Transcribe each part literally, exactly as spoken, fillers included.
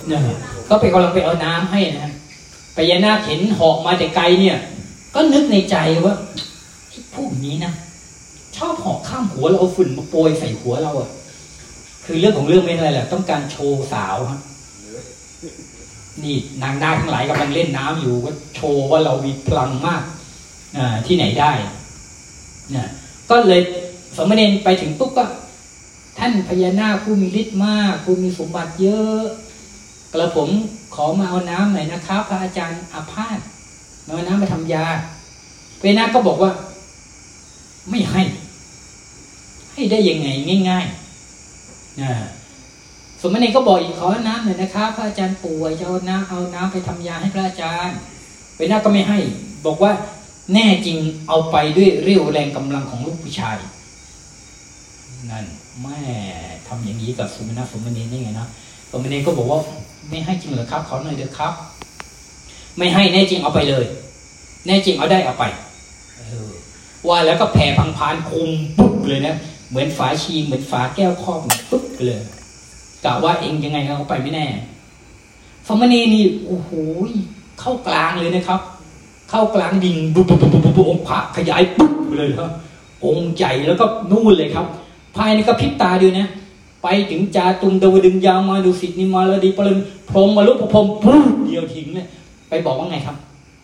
เนี่ยก็ไปกำลังไปเอาน้ำให้นะพญานาคเห็นหอกมาแต่ไกลเนี่ยก็นึกในใจว่าพวกนี้นะชอบหอกข้ามหัวเราเอาฝุ่นมาโปรยใส่หัวเราอ่ะคือเรื่องของเรื่องไม่อะไรแหละต้องการโชว์สาวครับนี่นางนาคทั้งหลายกำลังเล่นน้ำอยู่ก็โชว์ว่าเรามีพลังมากอ่าที่ไหนได้เนี่ยก็เลยสมณเณรไปถึงปุ๊บก็ท่านพญานาคผู้มีฤทธิ์มากผู้มีสมบัติเยอะกระผมขอมาเอาน้ำหน่อยนะครับพระอาจารย์อาพาธมาเอาน้ำมาทำยาพญานาคก็บอกว่าไม่ให้ให้ได้ยังไงง่ายๆนะสมณเณรก็บอกอีกขอน้ำหน่อยนะครับพระอาจารย์ป่วยจะเอาน้ำเอาน้ำไปทำยาให้พระอาจารย์พญานาคก็ไม่ให้บอกว่าแน่จริงเอาไปด้วยเรี่ยวแรงกำลังของลูกผู้ชายนั่นแม่ทำอย่างนี้กับสมณะสมณีได้ไงนะสมณีก็บอกว่าไม่ให้จริงเหรอครับขอหน่อยเถอะครับไม่ให้แน่จริงเอาไปเลยแน่จริงเอาได้เอาไปว่าแล้วก็แผ่พังพานคุมปุ๊บเลยนะเหมือนฝาชีเหมือนฝาแก้วครอบปุ๊บเลยกะว่าเองยังไงเอาไปไม่แน่สมณีนี่โอ้โหเข้ากลางเลยนะครับเข้ากลางดิ่งปุ๊บปุ๊บปุ๊บปุ๊บองค์พระขยายปุ๊บเลยครับองค์ใหญ่แล้วก็นู่นเลยครับภายในกระพริบตาดูนะไปถึงจาตุมดวดึงยามาดูสิทธินิมาลดีปรมพรหมมาลุกพรหมปุ๊บเดียวทิ้งเลยไปบอกว่าไงครับ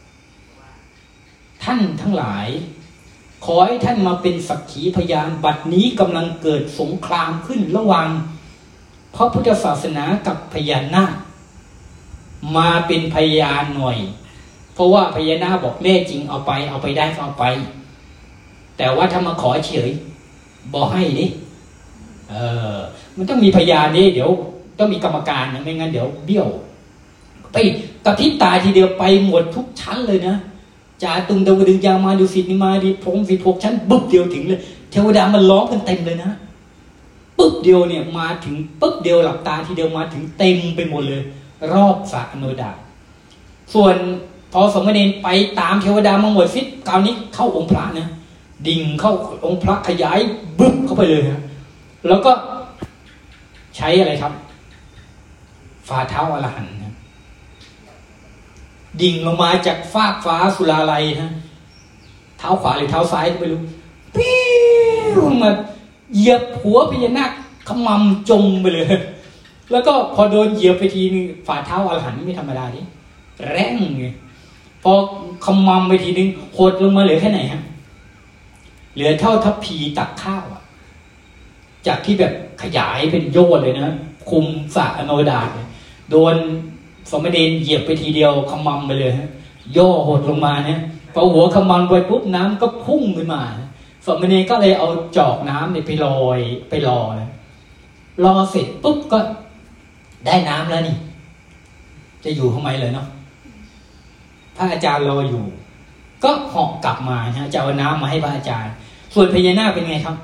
ท่านทั้งหลายขอให้ท่านมาเป็นสักขีพยานบัดนี้กำลังเกิดสงครามขึ้นระหว่างพระพุทธศาสนากับพญานาคมาเป็นพยานหน่อยเพราะว่าพญานาคบอกแม่จริงเอาไปเอาไปได้ก็เอาไปแต่ว่าถ้ามาขอเฉยบอกให้ดิเออมันต้องมีพยานดิเดี๋ยวต้องมีกรรมการนะไม่งั้นเดี๋ยวเบี้ยวไปกระพริบตาทีเดียวไปหมดทุกชั้นเลยนะจาตุงดาวดึงยามาดูสิทธินิมาดีพรหมสิบหกชั้นปุ๊บเดียวถึงเลยเทวดามันร้องกันเต็มเลยนะปุ๊บเดียวเนี่ยมาถึงปุ๊บเดียวหลับตาทีเดียวมาถึงเต็มไปหมดเลยรอบสระอโนดาส่วนพอสมณเณรไปตามเทวดามาหมดฟิตคราวนี้เข้าองค์พระนะดิ่งเข้าองค์พระขยายบึ้มเข้าไปเลยนะแล้วก็ใช้อะไรครับฝ่าเท้าอรหันต์นะดิ่งลงมาจากฟากฟ้าสุราลัยฮะเท้าขวาหรือเท้าซ้ายไม่รู้ปิ้วมาเหยียบหัวพญานาคขมำจมไปเลยแล้วก็พอโดนเหยียบไปทีนึงฝ่าเท้าอรหันต์นี่ไม่ธรรมดาดิแรงไงพอขมำไปทีนึงโหดลงมาเหลือแค่ไหนฮะเหลือเท่าทัพพีตักข้าวจากที่แบบขยายเป็นโยชน์เลยนะคุมสระอโนดาตโดนสมณเณรเหยียบไปทีเดียวขมำไปเลยฮะย่อหดลงมาเนี่ยพอหัวขมำไปปุ๊บน้ำก็พุ่งขึ้นมาสมณเณรก็เลยเอาจอกน้ำเนี่ยไปลอยไปรอนะรอเสร็จปุ๊บก็ได้น้ำแล้วนี่จะอยู่ทำไมเลยเนาะพระอาจารย์รออยู่ก็เหาะกลับมาฮะจะเอาน้ำมาให้พระอาจารย์ส่วนพญานาคเป็นไงครับ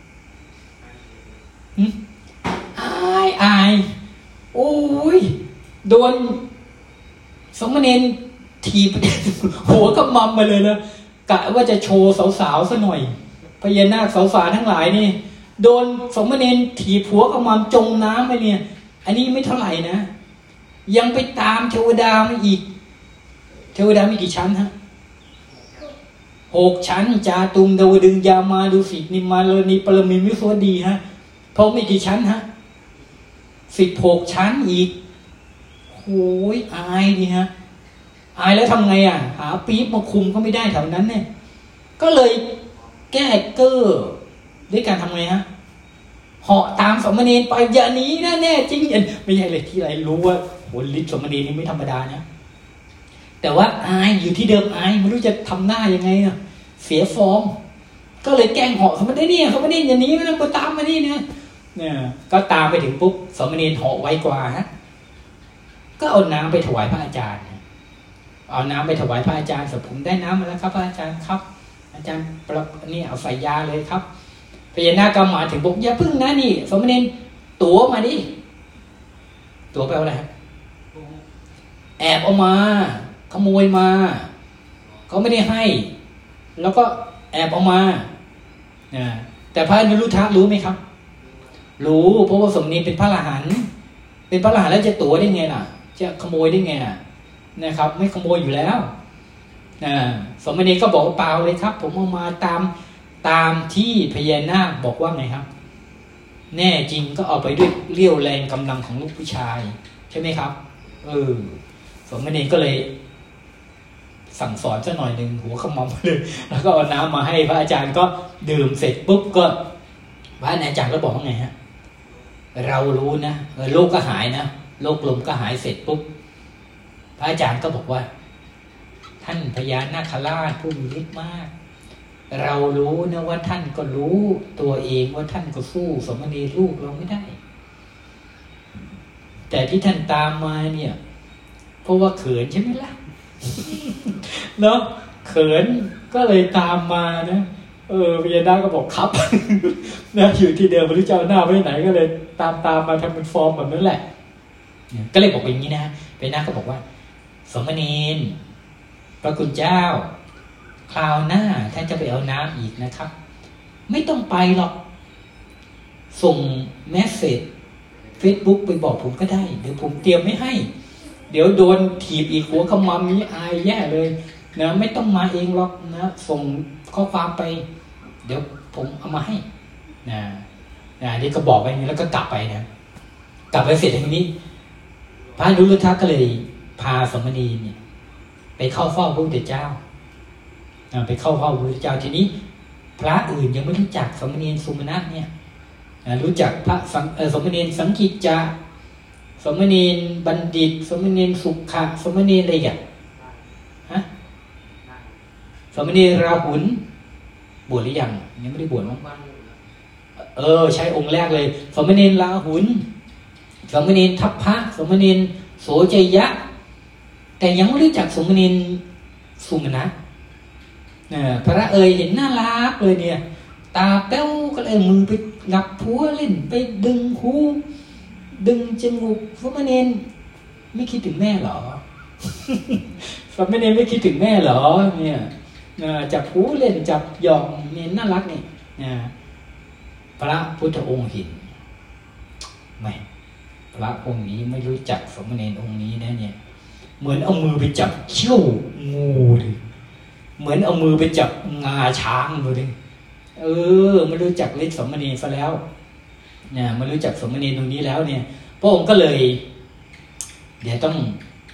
อายอายโอ้ยโดนสมณเณรถีบหัวก็มัมมาเลยนะกะว่าจะโชว์สาวๆซะหน่อยพญานาคสาวๆทั้งหลายนี่โดนสมณเณรถีบหัวก็มัมจมน้ำไปเนี่ยอันนี้ไม่เท่าไหร่นะยังไปตามเทวดามาอีกเทวดามีกี่ชั้นฮะหกชั้นจาตุมดาวดึงยามาดูสินิมาลนีปรมิมิสวดีฮะเพราะมีกี่ชั้นฮะสิบหกชั้นอีกโอ้ยอายดิฮะอายแล้วทำไงอ่ะหาปี๊บมาคุมก็ไม่ได้แถวนั้นเนี่ยก็เลยแก้เก้อด้วยการทำไงฮะเหาะตามสมณเณรไปอย่าหนีนะแน่จริงไม่ใช่เลยที่ไรรู้ว่าโหฤทธิ์สมณเณรนี่ไม่ธรรมดานะแต่ว่าอายอยู่ที่เดิมอายไม่รู้จะทำหน้ายังไงอ่ะเสียฟอร์มก็เลยแกล้งเหาะสมณเณรนี่สมณเณรอย่าหนีไม่ต้องไปตามมานี่นะเนี่ยก็ตามไปถึงปุ๊บสมณเณรเหาะไวกว่าฮะก็เอาน้ำไปถวายพระอาจารย์เอาน้ำไปถวายพระอาจารย์เสร็จผมได้น้ำมาแล้วครับพระอาจารย์ครับอาจารย์ปรับนี่เอาใส่ยาเลยครับพญานาคก็มาถึงบอกอย่าพึ่งนะนี่สมณเณรตั๋วมาดิตั๋วแปลว่าอะไรครับแอบเอามาขโมยมาเขาไม่ได้ให้แล้วก็แอบเอามาแต่พระอนุรุทธะรู้ไหมครับรู้เพราะว่าสมณเณรเป็นพระอรหันต์เป็นพระอรหันต์แล้วจะตั๋วได้ไงล่ะจะขโมยได้ไงล่ะนะครับไม่ขโมยอยู่แล้วนะสมณีก็บอกเปล่าเลยครับผมเอามาตามตามที่พญานาคบอกว่าไงครับแน่จริงก็เอาไปด้วยเรี่ยวแรงกำลังของลูกผู้ชายใช่ไหมครับเออสมณีก็เลยสั่งสอนซะหน่อยหนึ่งหัวขมำเลยแล้วก็เอาน้ำมาให้พระอาจารย์ก็ดื่มเสร็จปุ๊บก็พระอาจารย์ก็บอกว่าไงฮะเรารู้นะโรคก็หายนะโรคลมก็หายเสร็จปุ๊บพระอาจารย์ก็บอกว่าท่านพญานาคราชผู้มีฤทธิ์มากเรารู้นะว่าท่านก็รู้ตัวเองว่าท่านก็สู้สมณีลูกเราไม่ได้แต่ที่ท่านตามมาเนี่ยเพราะว่าเขินใช่ไหมล่ะเนาะเขินก็เลยตามมานะเออพญานาคก็บอกครับนะอยู่ที่เดิมไม่รู้จะเอาหน้าไปไหนก็เลยตามตามมาทำเป็นฟอร์มแบบนั้นแหละก็เลยบอกอย่างนี้นะพญานาคก็บอกว่าสมณีพระคุณเจ้าคราวหน้าท่านจะไปเอาน้ำอีกนะครับไม่ต้องไปหรอกส่งเมสเสจเฟซบุ๊กไปบอกผมก็ได้เดี๋ยวผมเตรียมไม่ให้เดี๋ยวโดนถีบอีกหัวขมำนี้อายแย่เลยนะไม่ต้องมาเองหรอกนะส่งข้อความไปเดี๋ยวผมเอามาให้นะนะนี่ก็บอกไปอย่างนี้แล้วก็กลับไปนะกลับไปเสร็จทีนี้พระรุลทักก็เลยพาสมณีเนี่ยไปเข้าเฝ้าพระพุทธเจ้าไปเข้าเฝ้าพระพุทธเจ้าทีนี้พระอื่นยังไม่รู้จักสมณีสุมาณะเนี่ยรู้จักพระสมณีสังกิจจาสมณีบัณฑิตสมณีสุขะสมณีอะไรอย่างฮะสมณีราหุลบวชหรือยังยังไม่ได้บวชมั้งเออใช้องค์แรกเลยสมณีราหุลสมณีทัพพะสมณีโสจยะแต่ยังไม่รู้จักสมณีสุมาณะพระเอ๋ยเห็นน่ารักเลยเนี่ยตาแป้วก็เลยมือไปงับผัวเล่นไปดึงหูดึงจมูกสมณีไม่คิดถึงแม่หรอสมณีไม่คิดถึงแม่หรอเนี่ยจับหูเล่นจับหยอกเนี่ยน่ารักเนี่ยพระพุทธองค์เห็นไม่พระองค์นี้ไม่รู้จักสมณีองค์นี้นะเนี่ยเหมือนเอามือไปจับเขี้ยวงูเลยเหมือนเอามือไปจับงาช้างเลยเออไม่รู้จักฤทธิ์สมณีซะแล้วเนี่ยไม่รู้จักสมณีตรงนี้แล้วเนี่ยพระองค์ก็เลยเดี๋ยวต้อง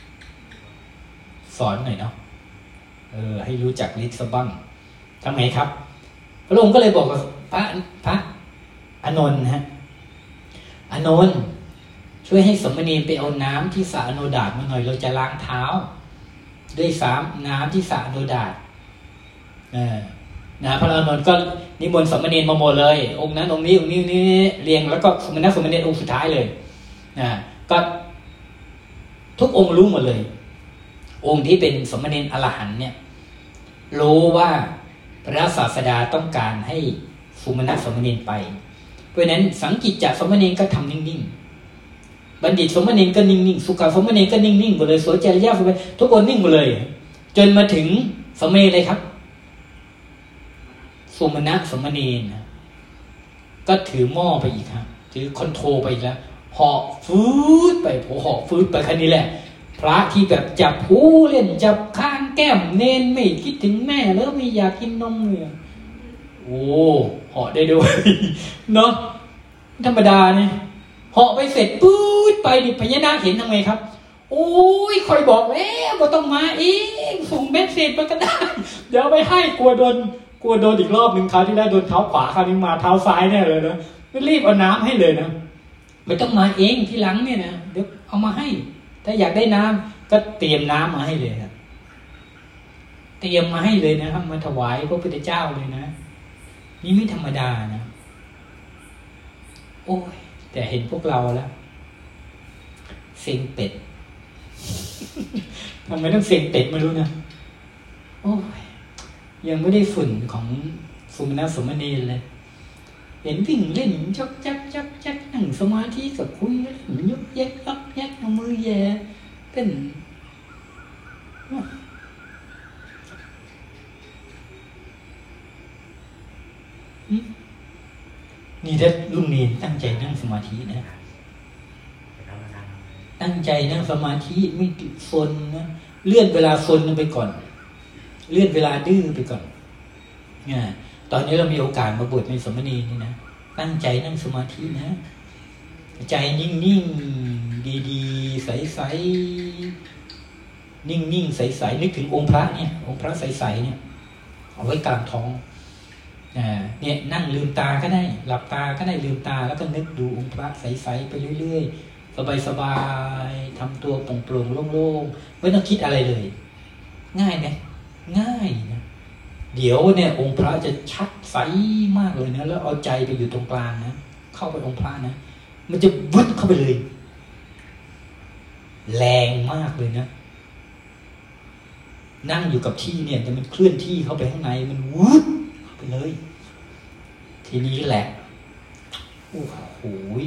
สอนหน่อยเนาะเออให้รู้จักฤทธิ์ซะบ้างทำไงครับพระองค์ก็เลยบอกกับพระพระอานนท์ฮะอานนท์ช่วยให้สมณีไปเอาน้ำที่สระอโนดาตมาหน่อยเราจะล้างเท้าด้วยสามน้ำที่สระอโนดาตเออนะพระอานนท์ก็นิมนต์สมณีมาหมดเลยองค์นั้นองค์นี้องค์นี้นี่เรียงแล้วก็สมณะสมณีองค์สุดท้ายเลยนะก็ทุกองค์รู้หมดเลยองค์ที่เป็นสมณีอรหันต์เนี่ยรู้ว่าพระศาสดาต้องการให้สุมาณะสมณีไปเพราะนั้นสังกิจจสมณีก็ทำนิ่งๆบัณฑิตสมณีก็นิ่งๆสุขสมณีก็นิ่งๆหมดเลยโสจริยะทุกคนนิ่งหมดเลยจนมาถึงสมณีเลยครับสุมาณะสมณีนะก็ถือหม้อไปอีกครับถือคอนโทรไปอีกแล้วเหาะฟืดไปโผเหาะฟืดไปแค่นี้แหละพระที่แบบจับหูเล่นจับข้างแก้มเน้นไม่คิดถึงแม่แล้วไม่อยากกินนมเลยโอ้เหาะได้ด้วยเนาะธรรมดาเนี่ยเหาะไปเสร็จปื๊ดไปดิพญานาคเห็นทำไงครับโอ้ยคอยบอกแล้วก็ต้องมาเองส่งเมสเสจมาก็ได้เดี๋ยวไปให้กลัวโดนกลัวโดนอีกรอบหนึ่งคราวที่แล้วโดนเท้าขวาคราวนี้มาเท้าซ้ายแน่เลยนะรีบเอาน้ำให้เลยนะไม่ต้องมาเองที่หลังเนี่ยนะเดี๋ยวเอามาให้ถ้าอยากได้น้ำก็เตรียมน้ำมาให้เลยครับเตรียมมาให้เลยนะครับมาถวายพระพุทธเจ้าเลยนะนี่ไม่ธรรมดานะโอ้ยแต่เห็นพวกเราแล้วเซ็งเป็ดทำไมต้องเซ็งเป็ดไม่รู้นะโอ้ยยังไม่ได้ฝุ่นของสุมาณะสมณีเลยเห็นวิ่งเล่นจักจักจักจักนั่งสมาธิกับคุยยกแยกยกแยกเอามือแย่เป็นนี่ถ้ารุ่นนี้ตั้งใจนั่งสมาธินะตั้งใจนั่งสมาธิไม่ซนนะเลื่อนเวลาซนไปก่อนเลื่อนเวลาดื้อไปก่อนเนี่ยตอนนี้เรามีโอกาสมาบวชในสมณีนี่นะตั้งใจนั่งสมาธินะใจนิ่งๆดีๆใสๆนิ่งๆใสๆนึกถึงองค์พระเนี่ยองค์พระใสๆเนี่ยเอาไว้กลางท้องเนี่ยนั่งลืมตาก็ได้หลับตาก็ได้ลืมตาแล้วก็นึกดูองค์พระใสๆไปเรื่อยๆสบายๆทำตัวโปร่งๆโล่งๆไม่ต้องคิดอะไรเลยง่ายไหมง่ายนะเดี๋ยวเนี่ยองค์พระจะชัดใสมากเลยนะแล้วเอาใจไปอยู่ตรงกลางนะเข้าไปองค์พระนะมันจะวึดเข้าไปเลยแรงมากเลยนะนั่งอยู่กับที่เนี่ยแต่มันเคลื่อนที่เข้าไปข้างในมันวึดเข้าไปเลยทีนี้แหละโอ้โห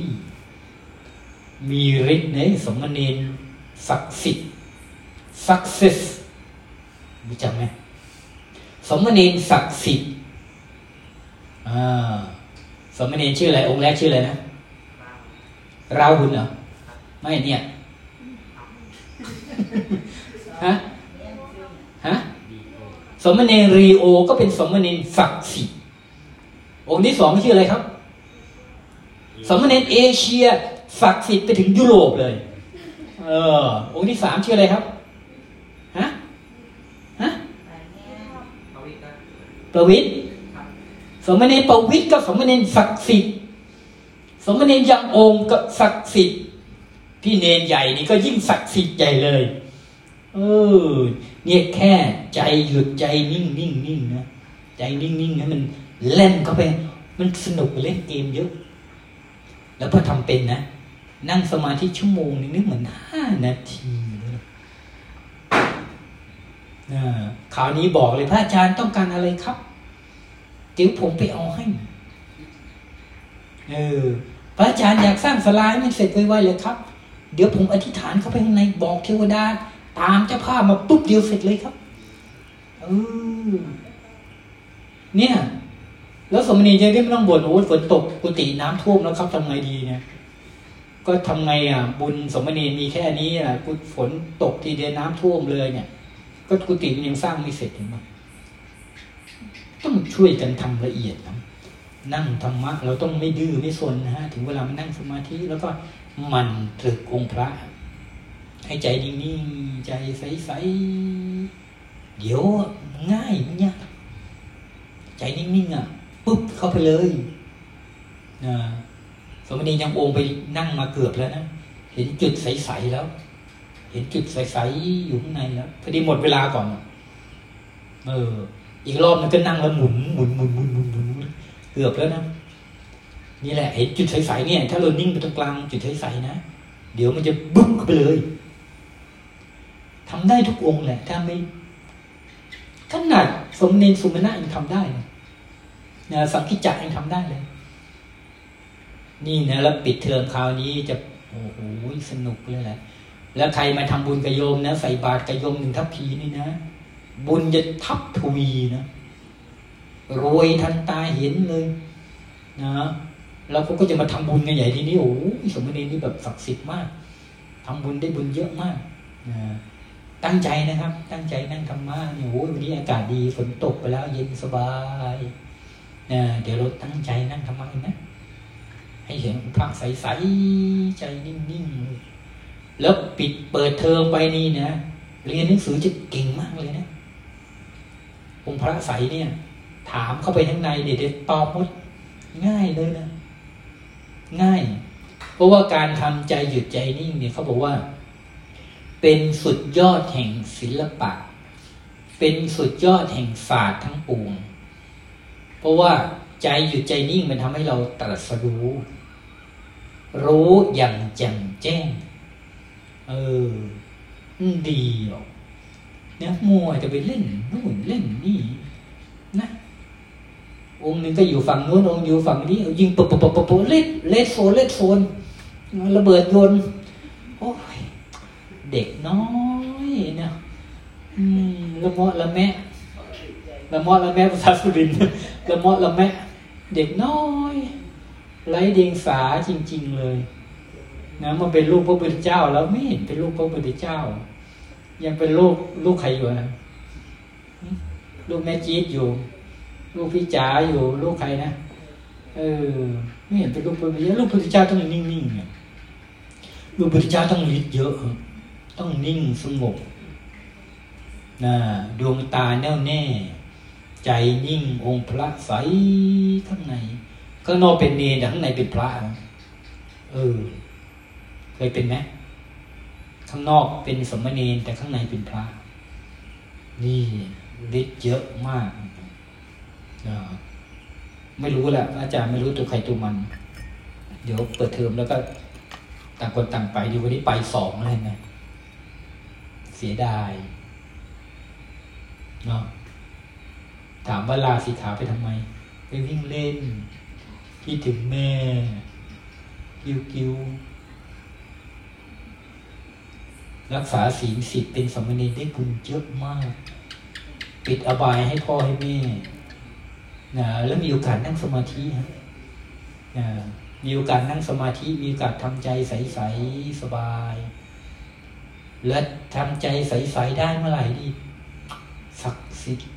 มีฤทธิ์ในสมณเณรศักดิ์สิทธิ์ success รู้จักไหมสมณเณรศักดิ์สิทธิ์อ่าสมณเณรชื่ออะไรองค์แรกชื่ออะไรนะราหุลเหรอไม่เนี่ยฮะฮะสมณเณรรีโอก็เป็นสมณเณรศักดิ์สิทธิ์องค์ที่สองชื่ออะไรครับสมณเณรเอเชียศักดิ์สิทธิ์ไปถึงยุโรปเลยเออองค์ที่สามชื่ออะไรครับฮะฮะประวิตรสมณเณรประวิตรกับสมณเณรศักดิ์สิทธิ์สมณเณรยังองค์กับศักดิ์สิทธิ์พี่เนรใหญ่นี่ก็ยิ่งศักดิ์สิทธิ์ใหญ่เลยเออเนี่ยแค่ใจหยุดใจนิ่งนิ่งนิ่งนะใจนิ่งนิ่งให้มันเล่นเข้าไปมันสนุกเล่นเกมเยอะแล้วพอทำเป็นนะนั่งสมาธิชั่วโมงนึงนึกเหมือนห้านาทีเลยนะคราวนี้บอกเลยพระอาจารย์ต้องการอะไรครับเดี๋ยวผมไปเอาให้เออพระอาจารย์อยากสร้างศาลาให้มันเสร็จไวๆเลยครับเดี๋ยวผมอธิษฐานเข้าไปข้างในบอกเทวดาตามเจ้าภาพมาปุ๊บเดียวเสร็จเลยครับเออเนี่ยแล้วสมณีจะได้ไม่ต้องบ่นโอ้ฝนตกกุฏิน้ำท่วมแล้วครับทำไงดีเนี่ยก็ทำไงอ่ะบุญสมณีมีแค่นี้อ่ะฝนตกทีเดียวน้ำท่วมเลยเนี่ยก็กุฏิมันยังสร้างไม่เสร็จเห็นไหมต้องช่วยกันทำละเอียดนะนั่งธรรมะเราต้องไม่ดื้อไม่ซนนะฮะถึงเวลามันนั่งสมาธิแล้วก็มันตรึกองค์พระให้ใจนิ่งๆใจใสๆเดี๋ยวง่ายไม่ยากใจนิ่งๆอ่ะปุ๊บเข้าไปเลยนะสมณียังองค์ไปนั่งมาเกือบแล้วนะเห็นจุดใสๆแล้วเห็นจุดใสๆอยู่ข้างในแล้วพอดีหมดเวลาก่อนเอออีกรอบนึงก็นั่งแล้วหมุนหมุนหมุนหมุนหมุนหมุนเกือบแล้วนะนี่แหละเห็นจุดใสๆเนี่ยถ้าเรานิ่งไปตรงกลางจุดใสๆนะเดี๋ยวมันจะบึ้มเข้าไปเลยทำได้ทุกองค์แหละถ้าไม่ขนาดสมเด็จสุมาณะยังทำได้นะสังคิจักยังทำได้เลยนี่นะแล้วปิดเทอมคราวนี้จะโอ้โหสนุกเลยแหละแล้วใครมาทำบุญกับโยมนะใส่บาตรกับโยมหนึ่งทัพพีนี่นะบุญจะทับทวีนะรวยทันตาเห็นเลยนะแล้วเขาก็จะมาทำบุญกันใหญ่ทีนี้โอ้ยสมณีนี่แบบศักดิ์สิทธิ์มากทำบุญได้บุญเยอะมากนะตั้งใจนะครับตั้งใจนั่งธรรมะเนี่ยโอ้ยวันนี้อากาศดีฝนตกไปแล้วเย็นสบายนะเดี๋ยวเราตั้งใจนั่งธรรมะนะให้เห็นพระใสๆใจนิ่งๆแล้วปิดเปิดเทอมไปนี่นะเรียนหนังสือจะเก่งมากเลยนะองค์พระใสเนี่ยถามเข้าไปข้างในเดี๋ยวตอบหมดง่ายเลยนะง่ายเพราะว่าการทำใจหยุดใจนิ่งเนี่ยเขาบอกว่าเป็นสุดยอดแห่งศิลปะเป็นสุดยอดแห่งศาสตร์ทั้งปวงเพราะว่าใจหยุดใจนิ่งมันทำให้เราตรัสรู้รู้อย่างแจ่มแจ้งเออดีหรอกเนี่ยมัวจะไปเล่นนู่นเล่นนี่นะองค์หนึ่งก็อยู่ฝั่งนู้นองค์อยู่ฝั่งนี้ยิงปุ๊บปุ๊บปุ๊บปุ๊บเล่นเล่นโฟนเล่นโฟนระเบิดโยนโอ้ยเด็กน้อยเนี่ยละเมาะละแมะละเมาะละแมะภาษาสุรินทร์ละเมาะละแมะเด็กน้อยไร้เดียงสาจริงๆเลยนะมาเป็นลูกพระพุทธเจ้าแล้วไม่เห็นเป็นลูกพระพุทธเจ้ายังเป็นลูกลูกใครอยู่นะลูกแม่จี๊ดอยู่ลูกพี่จ๋าอยู่ลูกใครนะเออไม่เห็นเป็นลูกพระพุทธเจ้าลูกพระพุทธเจ้าต้องนิ่งๆเนี่ยลูกพระพุทธเจ้าต้องฤทธิ์เยอะต้องนิ่งสงบนะดวงตาแน่วแน่ใจนิ่งองค์พระใสข้างในข้างนอกเป็นเนรแต่ข้างในเป็นพระเออเคยเป็นไหมข้างนอกเป็นสมณีแต่ข้างในเป็นพระนี่ฤทธิ์เยอะมากนะไม่รู้แหละอาจารย์ไม่รู้ตัวใครตัวมันเดี๋ยวเปิดเทอมแล้วก็ต่างคนต่างไปดีวันนี้ไปสองเลยนะเสียดายเนาะถามว่าลาสิขาไปทำไมไปวิ่งเล่นคิดถึงแม่กิ้วกิ้วรักษาศีลสิบเป็นสมณีได้บุญเยอะมากปิดอบายให้พ่อให้แม่นะแล้วมีโอกาสนั่งสมาธิฮะนะมีโอกาสนั่งสมาธิมีโอกาสทำใจใสๆสบายและทำใจใสๆได้เมื่อไหร่นี่ศักดิ์สิทธิ์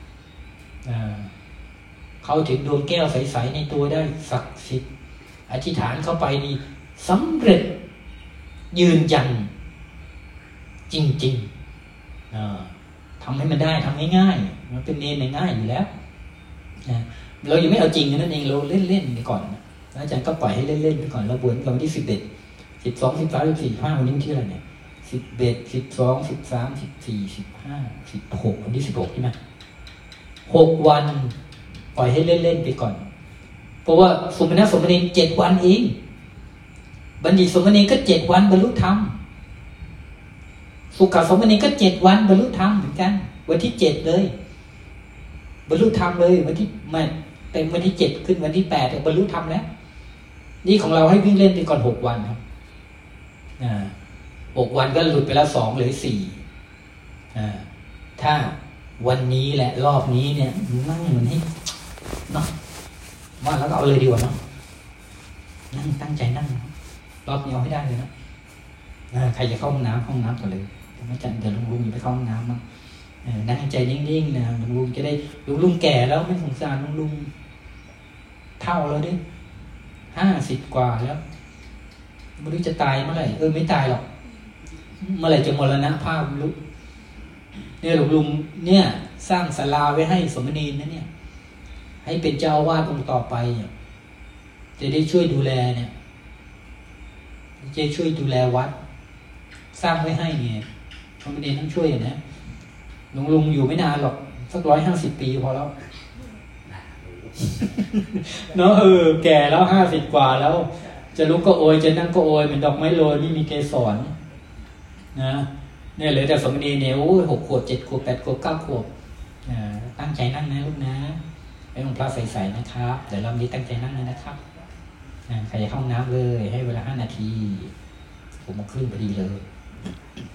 เขาถึงดวงแก้วใสๆในตัวได้ศักดิ์สิทธิ์อธิษฐานเข้าไปนี่สำเร็จยืนยันจริงๆทำให้มันได้ทำง่ายๆมันเป็นเนรง่ายอยู่แล้วเรายังไม่เอาจริงนั่นเองเราเล่นๆไปก่อนอาจารย์ก็ปล่อยให้เล่นๆไปก่อนเราบวชกันวันที่สิบเอ็ดสิบสองสิบสามสิบสี่ห้าวันนี้วันที่อะไรเนี่ยสิบเอ็ดสิบสองสิบสามสิบสี่สิบห้าสิบหกวันที่สิบหกใช่ไหมหกวันปล่อยให้เล่นๆไปก่อนเพราะว่าสมณะสมณีเจ็ดวันเองบัณฑิตสมณีก็เจ็ดวันบรรลุธรรมสุขสมณีก็เจ็ดวันบรรลุธรรมเหมือนกันวันที่เจ็ดเลยบรรลุธรรมเลยวันที่มาเต็มวันที่เจ็ดขึ้นวันที่แปดบรรลุธรรมแล้วนี่ของเราให้วิ่งเล่นไปก่อนหกวันครับอ่าหกวันก็หลุดไปแล้วสองหรือสี่อ่าถ้าวันนี้แหละรอบนี้เนี่ยนั่งเหมือนให้เนาะว่าแล้วก็เอาเลยดีกว่าเนาะนั่งตั้งใจนั่งรอบนี้เอาให้ได้เลยนะใครจะเข้าห้องน้ำห้องน้ำก่อนเลยไม่จันเดี๋ยวลุงลุงอย่าไปเข้าห้องน้ำมั้งนั่งใจนิ่งๆนะลุงลุงจะได้ลุงลุงแก่แล้วไม่สงสารลุงลุงเท่าแล้วดิห้าสิบกว่าแล้วไม่รู้จะตายเมื่อไหร่เออไม่ตายหรอกเมื่อไหร่จะมรณะภาพลุกเนี่ยลุงลุงเนี่ยสร้างศาลาไว้ให้สมณีนะเนี่ยให้เป็นเจ้าอาวาสองค์ต่อไปจะได้ช่วยดูแลเนี่ยจะช่วยดูแลวัดสร้างไว้ให้เนี่ยสมณีต้องช่วยนะลุงลุงอยู่ไม่นานหรอกสักร้อยห้าสิบปีพอแล้วเนาะเออแก่แล้วห้าสิบกว่าแล้วจะลุกก็โอยจะนั่งก็โอยเหมือนดอกไม้โรยไม่มีเกสรนะเนี่ยเหลือแต่สมณีเนี่ยโอ้ยหกขวบเจ็ดขวบแปดขวบเก้าขวบตั้งใจนั่งนะลูกนะให้องค์พระใสๆนะครับเดี๋ยวเรานี้ตั้งใจนั่งเลยนะครับใครจะเข้าห้องน้ำเลยให้เวลาห้านาทีผมมาครึ่งพอดีเลย